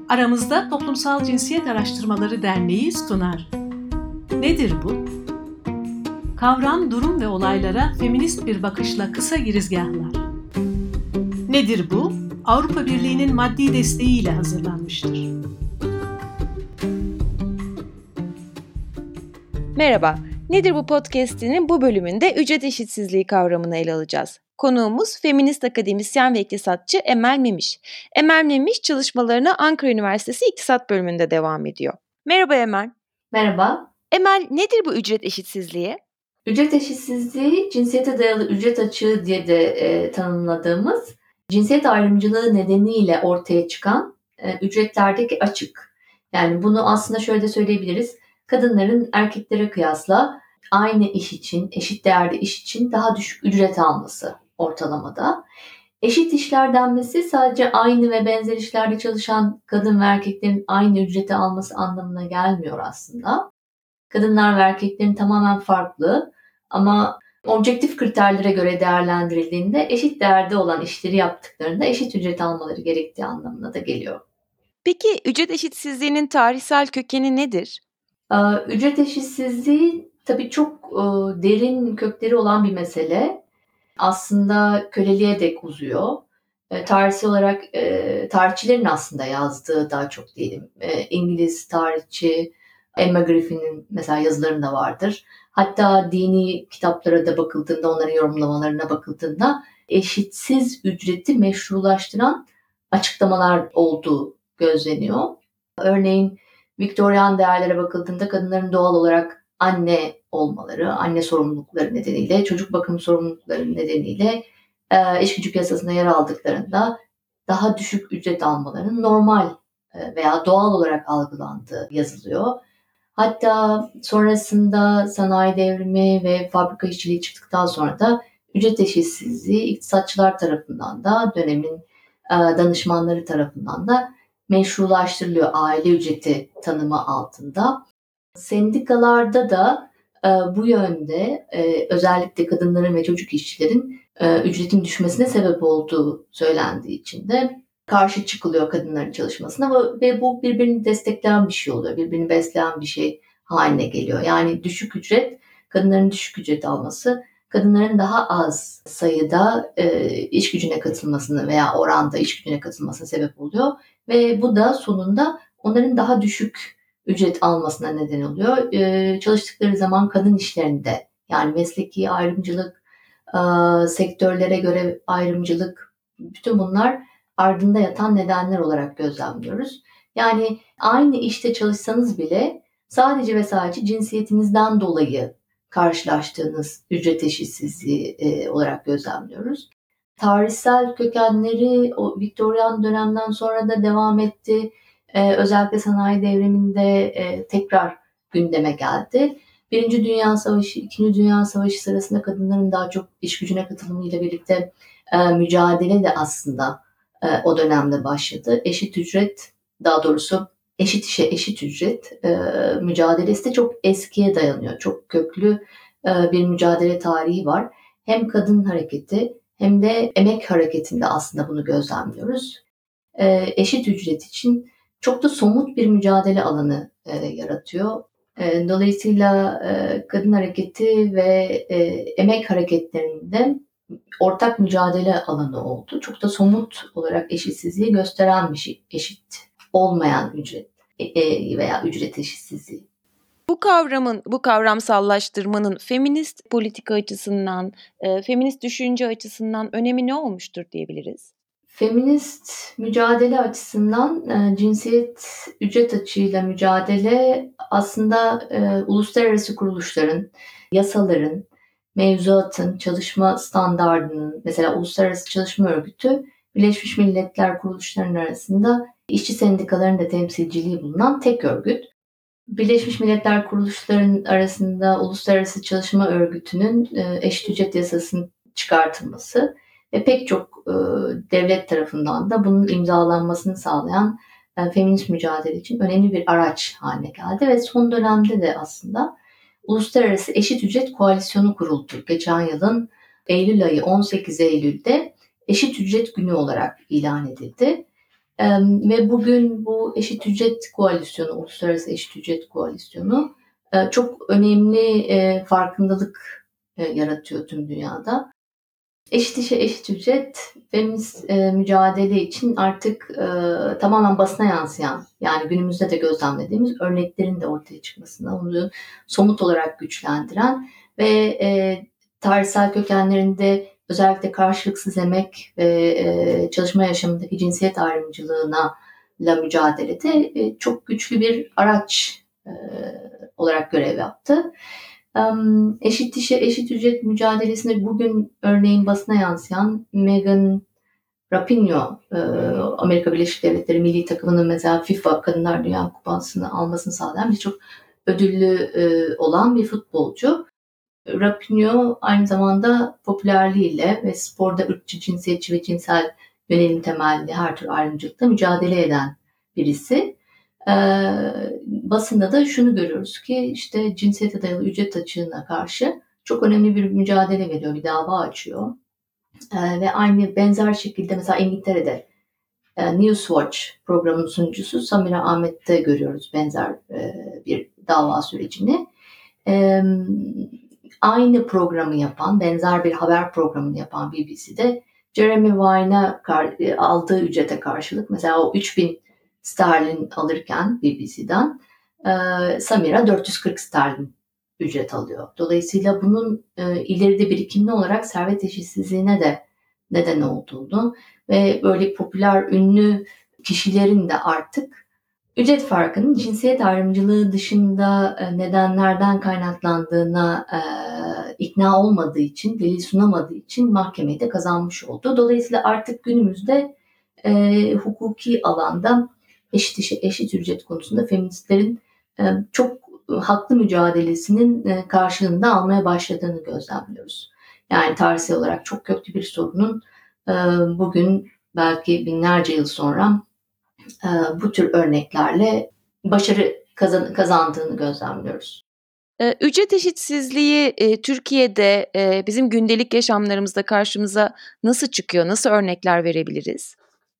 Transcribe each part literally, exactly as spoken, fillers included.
Aramızda Toplumsal Cinsiyet Araştırmaları Derneği sunar. Nedir bu? Kavram, durum ve olaylara feminist bir bakışla kısa girizgahlar. Nedir bu? Avrupa Birliği'nin maddi desteğiyle hazırlanmıştır. Merhaba, Nedir bu podcast'inin bu bölümünde ücret eşitsizliği kavramını ele alacağız. Konuğumuz feminist akademisyen ve iktisatçı Emel Memiş. Emel Memiş çalışmalarına Ankara Üniversitesi İktisat Bölümünde devam ediyor. Merhaba Emel. Merhaba. Emel, nedir bu ücret eşitsizliği? Ücret eşitsizliği, cinsiyete dayalı ücret açığı diye de e, tanımladığımız, cinsiyet ayrımcılığı nedeniyle ortaya çıkan e, ücretlerdeki açık. Yani bunu aslında şöyle de söyleyebiliriz. Kadınların erkeklere kıyasla aynı iş için, eşit değerde iş için daha düşük ücret alması ortalamada. Eşit işler denmesi sadece aynı ve benzer işlerde çalışan kadın ve erkeklerin aynı ücreti alması anlamına gelmiyor aslında. Kadınlar ve erkeklerin tamamen farklı ama objektif kriterlere göre değerlendirildiğinde eşit değerde olan işleri yaptıklarında eşit ücret almaları gerektiği anlamına da geliyor. Peki ücret eşitsizliğinin tarihsel kökeni nedir? Ücret eşitsizliği tabii çok derin kökleri olan bir mesele. Aslında köleliğe dek uzuyor. Tarihsel olarak tarihçilerin aslında yazdığı daha çok diyelim. İngiliz tarihçi Emma Griffin'in mesela yazılarında vardır. Hatta dini kitaplara da bakıldığında, onların yorumlamalarına bakıldığında eşitsiz ücreti meşrulaştıran açıklamalar olduğu gözleniyor. Örneğin Viktoryan değerlere bakıldığında kadınların doğal olarak anne olmaları, anne sorumlulukları nedeniyle, çocuk bakım sorumlulukları nedeniyle iş gücü piyasasında yer aldıklarında daha düşük ücret almalarının normal veya doğal olarak algılandığı yazılıyor. Hatta sonrasında sanayi devrimi ve fabrika işçiliği çıktıktan sonra da ücret eşitsizliği iktisatçılar tarafından da dönemin danışmanları tarafından da meşrulaştırılıyor aile ücreti tanımı altında. Sendikalarda da bu yönde özellikle kadınların ve çocuk işçilerin ücretin düşmesine sebep olduğu söylendiği için de karşı çıkılıyor kadınların çalışmasına ve bu birbirini destekleyen bir şey oluyor. Birbirini besleyen bir şey haline geliyor. Yani düşük ücret, kadınların düşük ücret alması, kadınların daha az sayıda e, iş gücüne katılmasını veya oranda iş gücüne katılmasına sebep oluyor. Ve bu da sonunda onların daha düşük ücret almasına neden oluyor. E, çalıştıkları zaman kadın işlerinde, yani mesleki ayrımcılık, e, sektörlere göre ayrımcılık, bütün bunlar ardında yatan nedenler olarak gözlemliyoruz. Yani aynı işte çalışsanız bile sadece ve sadece cinsiyetinizden dolayı karşılaştığınız ücret eşitsizliği e, olarak gözlemliyoruz. Tarihsel kökenleri o Viktoryan dönemden sonra da devam etti. E, özellikle sanayi devriminde e, tekrar gündeme geldi. Birinci Dünya Savaşı, İkinci Dünya Savaşı sırasında kadınların daha çok iş gücüne katılımıyla birlikte e, mücadele de aslında o dönemde başladı. Eşit ücret, daha doğrusu eşit işe eşit ücret e, mücadelesi de çok eskiye dayanıyor. Çok köklü e, bir mücadele tarihi var. Hem kadın hareketi hem de emek hareketinde aslında bunu gözlemliyoruz. E, eşit ücret için çok da somut bir mücadele alanı e, yaratıyor. E, dolayısıyla e, kadın hareketi ve e, emek hareketlerinde ortak mücadele alanı oldu. Çok da somut olarak eşitsizliği gösteren bir şey. Eşit olmayan ücret veya ücret eşitsizliği. Bu kavramın, bu kavramsallaştırmanın feminist politika açısından, e, feminist düşünce açısından önemi ne olmuştur diyebiliriz? Feminist mücadele açısından e, cinsiyet ücret açığıyla mücadele aslında e, uluslararası kuruluşların, yasaların, mevzuatın, çalışma standardının, mesela Uluslararası Çalışma Örgütü, Birleşmiş Milletler kuruluşlarının arasında işçi sendikalarının da temsilciliği bulunan tek örgüt. Birleşmiş Milletler kuruluşlarının arasında Uluslararası Çalışma Örgütü'nün eşit ücret yasasının çıkartılması ve pek çok e, devlet tarafından da bunun imzalanmasını sağlayan e, feminist mücadele için önemli bir araç haline geldi ve son dönemde de aslında Uluslararası Eşit Ücret Koalisyonu kuruldu. Geçen yılın Eylül ayı on sekiz Eylül'de Eşit Ücret Günü olarak ilan edildi. E, ve bugün bu eşit ücret koalisyonu, uluslararası eşit ücret koalisyonu e, çok önemli e, farkındalık e, yaratıyor tüm dünyada. Eşit işe eşit ücret, feminist e, mücadele için artık e, tamamen basına yansıyan, yani günümüzde de gözlemlediğimiz örneklerin de ortaya çıkmasına, onu somut olarak güçlendiren ve e, tarihsel kökenlerinde özellikle karşılıksız emek ve e, çalışma yaşamındaki cinsiyet ayrımcılığına la mücadelede e, çok güçlü bir araç e, olarak görev yaptı. Eşit işe eşit ücret mücadelesinde bugün örneğin basına yansıyan Megan Rapinoe, Amerika Birleşik Devletleri milli takımının mesela FIFA Kadınlar Dünya Kupası'nı almasını sağlayan birçok ödüllü olan bir futbolcu. Rapinoe aynı zamanda popülerliğiyle ve sporda ırkçı, cinsiyetçi ve cinsel yönelim temelli her tür ayrımcılıkla mücadele eden birisi. Ee, basında da şunu görüyoruz ki işte cinsiyete dayalı ücret açığına karşı çok önemli bir mücadele veriyor, bir dava açıyor. Ee, ve aynı benzer şekilde mesela İngiltere'de e, Newswatch programının sunucusu Samira Ahmet'te görüyoruz benzer e, bir dava sürecini. E, aynı programı yapan, benzer bir haber programını yapan B B C'de Jeremy Vine'a kar- aldığı ücrete karşılık mesela o üç bin sterlin alırken B B C'den e, Samira dört yüz kırk sterlin ücret alıyor. Dolayısıyla bunun e, ileride birikimli olarak servet eşitsizliğine de neden olduğunu ve böyle popüler ünlü kişilerin de artık ücret farkının cinsiyet ayrımcılığı dışında e, nedenlerden kaynaklandığına e, ikna olmadığı için, delil sunamadığı için mahkemeyi de kazanmış oldu. Dolayısıyla artık günümüzde e, hukuki alanda eşit işe eşit ücret konusunda feministlerin e, çok haklı mücadelesinin e, karşılığında almaya başladığını gözlemliyoruz. Yani tarihsel olarak çok köklü bir sorunun e, bugün belki binlerce yıl sonra e, bu tür örneklerle başarı kazan, kazandığını gözlemliyoruz. Ücret eşitsizliği e, Türkiye'de e, bizim gündelik yaşamlarımızda karşımıza nasıl çıkıyor? Nasıl örnekler verebiliriz?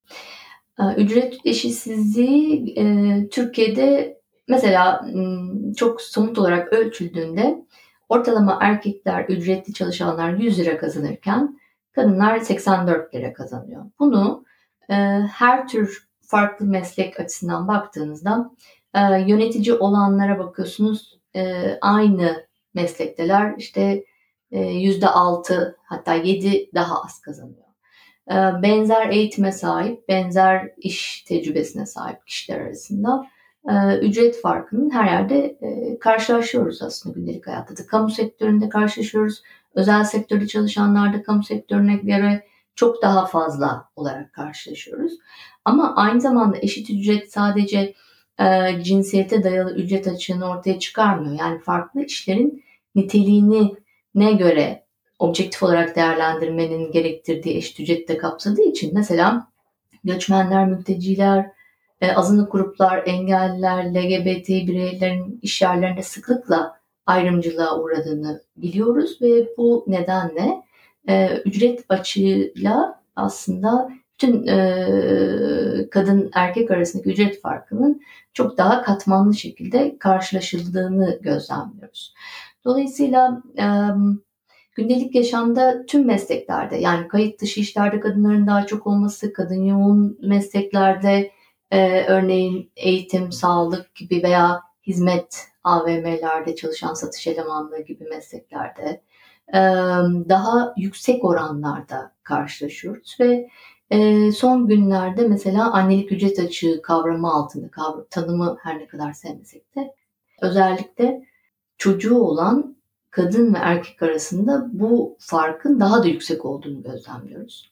Ücret eşitsizliği e, Türkiye'de mesela çok somut olarak ölçüldüğünde ortalama erkekler, ücretli çalışanlar yüz lira kazanırken kadınlar seksen dört lira kazanıyor. Bunu e, her tür farklı meslek açısından baktığınızda e, yönetici olanlara bakıyorsunuz, e, aynı meslekteler işte e, yüzde altı hatta yedi daha az kazanıyor. Benzer eğitime sahip, benzer iş tecrübesine sahip kişiler arasında ücret farkının her yerde karşılaşıyoruz aslında gündelik hayatta da. Kamu sektöründe karşılaşıyoruz. Özel sektörde çalışanlarda kamu sektörüne göre çok daha fazla olarak karşılaşıyoruz. Ama aynı zamanda eşit ücret sadece cinsiyete dayalı ücret açığını ortaya çıkarmıyor. Yani farklı işlerin niteliğini ne göre objektif olarak değerlendirmenin gerektirdiği eşit ücreti de kapsadığı için mesela göçmenler, mülteciler, azınlık gruplar, engelliler, L G B T bireylerin iş yerlerinde sıklıkla ayrımcılığa uğradığını biliyoruz ve bu nedenle e, ücret açığıyla aslında bütün e, kadın erkek arasındaki ücret farkının çok daha katmanlı şekilde karşılaşıldığını gözlemliyoruz. Dolayısıyla e, gündelik yaşamda tüm mesleklerde, yani kayıt dışı işlerde kadınların daha çok olması, kadın yoğun mesleklerde e, örneğin eğitim, sağlık gibi veya hizmet A V M'lerde çalışan satış elemanlığı gibi mesleklerde e, daha yüksek oranlarda karşılaşıyoruz ve e, son günlerde mesela annelik ücret açığı kavramı altında, kavram, tanımı her ne kadar sevmesek de özellikle çocuğu olan kadın ve erkek arasında bu farkın daha da yüksek olduğunu gözlemliyoruz.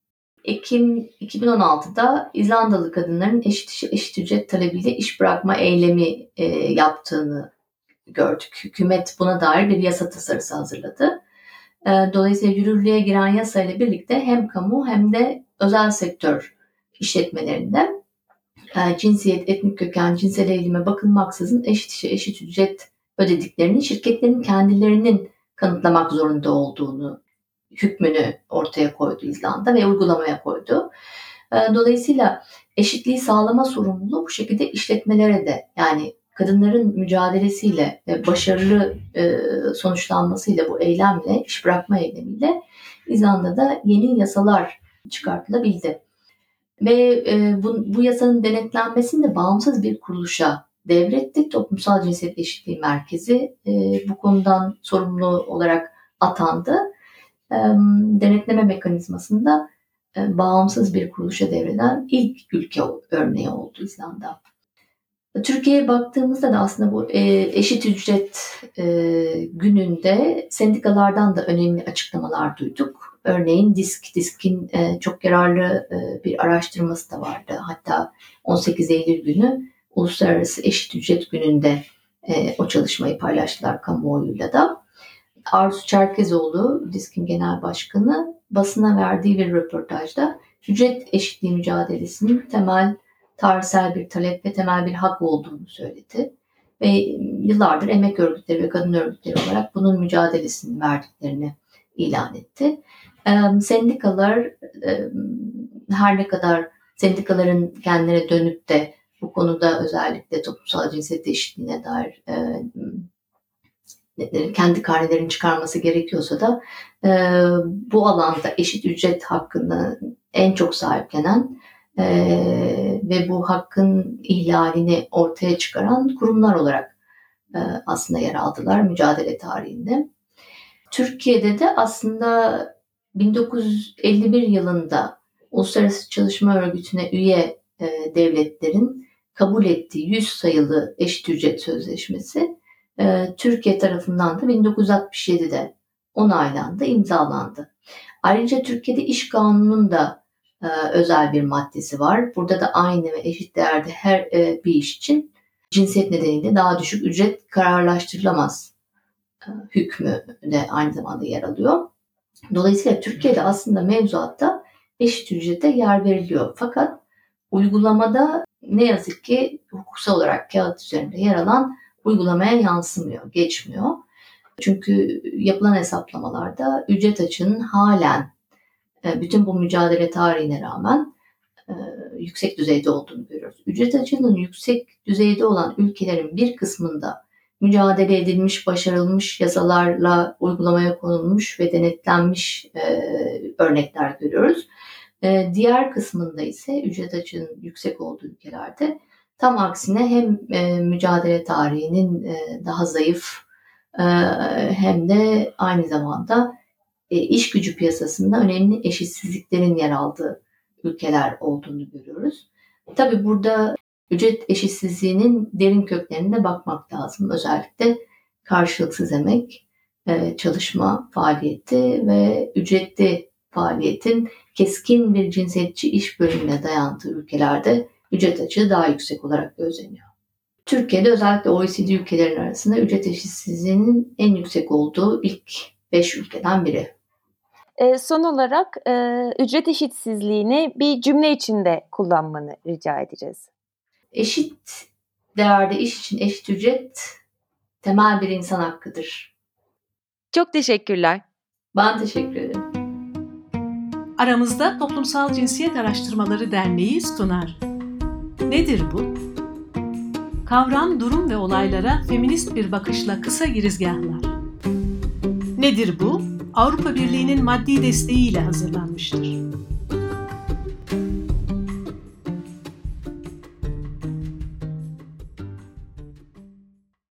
Ekim iki bin on altıda İzlandalı kadınların eşit işe eşit ücret talebiyle iş bırakma eylemi e, yaptığını gördük. Hükümet buna dair bir yasa tasarısı hazırladı. E, dolayısıyla yürürlüğe giren yasa ile birlikte hem kamu hem de özel sektör işletmelerinde e, cinsiyet, etnik köken, cinsel eğilime bakılmaksızın eşit işe eşit ücret ödediklerini şirketlerin kendilerinin kanıtlamak zorunda olduğunu hükmünü ortaya koydu İzlanda ve uygulamaya koydu. Dolayısıyla eşitliği sağlama sorumluluğu bu şekilde işletmelere de, yani kadınların mücadelesiyle ve başarılı sonuçlanmasıyla, bu eylemle, iş bırakma eylemiyle İzlanda'da yeni yasalar çıkartılabildi. Ve bu, bu yasanın denetlenmesini de bağımsız bir kuruluşa devretti. Toplumsal Cinsiyet Eşitliği Merkezi bu konudan sorumlu olarak atandı. Denetleme mekanizmasında bağımsız bir kuruluşa devreden ilk ülke örneği oldu İzlanda. Türkiye'ye baktığımızda da aslında bu eşit ücret gününde sendikalardan da önemli açıklamalar duyduk. Örneğin DİSK, DİSK'in çok yararlı bir araştırması da vardı. Hatta on sekiz Eylül günü Uluslararası Eşit Ücret Günü'nde o çalışmayı paylaştılar kamuoyuyla da. Arzu Çerkezoğlu, DİSK'in genel başkanı, basına verdiği bir röportajda ücret eşitliği mücadelesinin temel tarihsel bir talep ve temel bir hak olduğunu söyledi. Ve yıllardır emek örgütleri ve kadın örgütleri olarak bunun mücadelesini verdiklerini ilan etti. Sendikalar, her ne kadar sendikaların kendilerine dönüp de bu konuda özellikle toplumsal cinsiyet eşitliğine dair kendi karnelerini çıkarması gerekiyorsa da bu alanda eşit ücret hakkını en çok sahiplenen ve bu hakkın ihlalini ortaya çıkaran kurumlar olarak aslında yer aldılar mücadele tarihinde. Türkiye'de de aslında bin dokuz yüz elli bir yılında Uluslararası Çalışma Örgütü'ne üye devletlerin kabul ettiği yüz sayılı eşit ücret sözleşmesi Türkiye tarafından da bin dokuz yüz altmış yedide onaylandı, imzalandı. Ayrıca Türkiye'de iş kanununun da özel bir maddesi var. Burada da aynı ve eşit değerde her bir iş için cinsiyet nedeniyle daha düşük ücret kararlaştırılamaz hükmü de aynı zamanda yer alıyor. Dolayısıyla Türkiye'de aslında mevzuatta eşit ücrete yer veriliyor. Fakat uygulamada ne yazık ki hukuksal olarak kağıt üzerinde yer alan uygulamaya yansımıyor, geçmiyor. Çünkü yapılan hesaplamalarda ücret açığının halen bütün bu mücadele tarihine rağmen yüksek düzeyde olduğunu görüyoruz. Ücret açığının yüksek düzeyde olan ülkelerin bir kısmında mücadele edilmiş, başarılmış yasalarla uygulamaya konulmuş ve denetlenmiş örnekler görüyoruz. Diğer kısmında ise ücret açığının yüksek olduğu ülkelerde tam aksine hem mücadele tarihinin daha zayıf hem de aynı zamanda iş gücü piyasasında önemli eşitsizliklerin yer aldığı ülkeler olduğunu görüyoruz. Tabii burada ücret eşitsizliğinin derin köklerine bakmak lazım. Özellikle karşılıksız emek, çalışma faaliyeti ve ücretli faaliyetin keskin bir cinsiyetçi iş bölümüne dayandığı ülkelerde ücret açığı daha yüksek olarak gözleniyor. Türkiye'de özellikle O E C D ülkelerinin arasında ücret eşitsizliğinin en yüksek olduğu ilk beş ülkeden biri. E, son olarak e, ücret eşitsizliğini bir cümle içinde kullanmanı rica edeceğiz. Eşit değerde iş için eşit ücret temel bir insan hakkıdır. Çok teşekkürler. Ben teşekkür ederim. Aramızda Toplumsal Cinsiyet Araştırmaları Derneği sunar. Nedir bu? Kavram, durum ve olaylara feminist bir bakışla kısa girizgahlar. Nedir bu? Avrupa Birliği'nin maddi desteğiyle hazırlanmıştır.